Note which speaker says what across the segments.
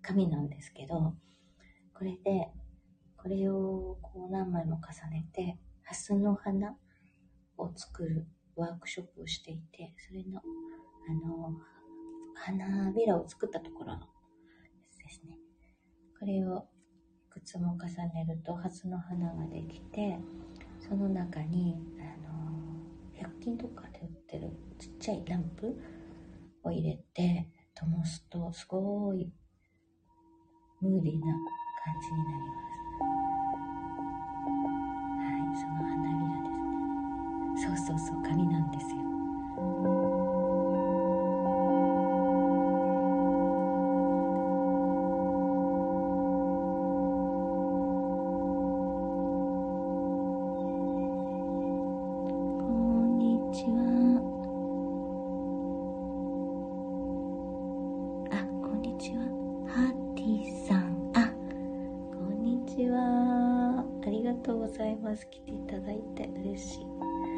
Speaker 1: 紙なんですけど、これをこう何枚も重ねてハスの花を作るワークショップをしていて、それの花びらを作ったところのやつですね。これをいくつも重ねるとハスの花ができて、その中に100均とかで売ってるちっちゃいランプを入れて灯すとすごいムーディーな感じになります。はい、その花びらですね。そう、紙なんですよ。来ていただいて嬉しい。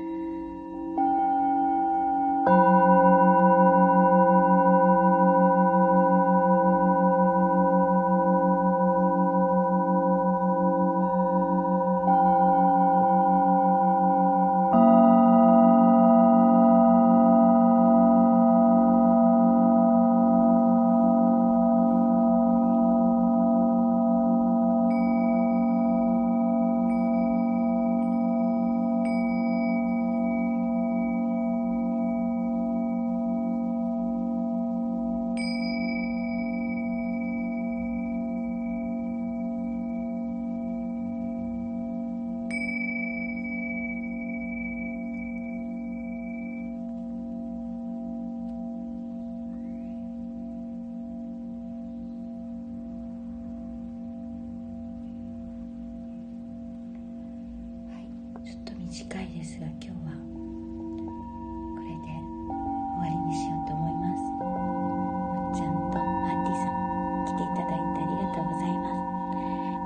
Speaker 1: 短いですが今日はこれで終わりにしようと思います。まっちゃんとハッティさん来ていただいてありがとうございます。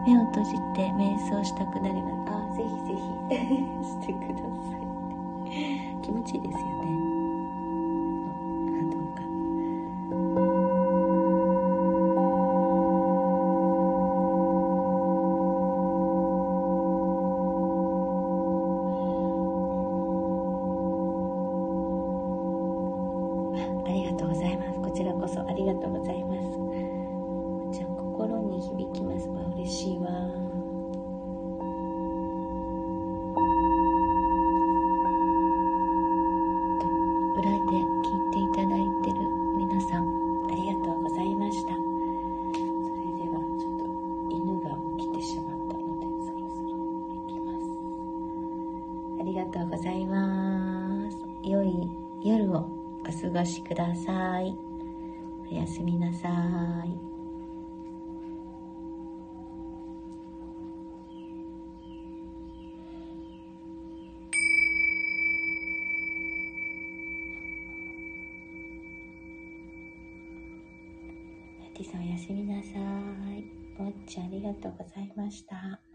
Speaker 1: 目を閉じて瞑想したくなります。ぜひぜひしてください。気持ちいいですよね。どうかありがとうございます。こちらこそありがとうございます。じゃあ心に響きますわ。嬉しいわ。裏で聞いていただいてる皆さんありがとうございました。それではちょっと犬が起きてしまったのでそろそろ行きます。ありがとうございます。良い夜をお過ごしください。おやすみなさい。ハッティさんおやすみなさい。ぼっちゃんありがとうございました。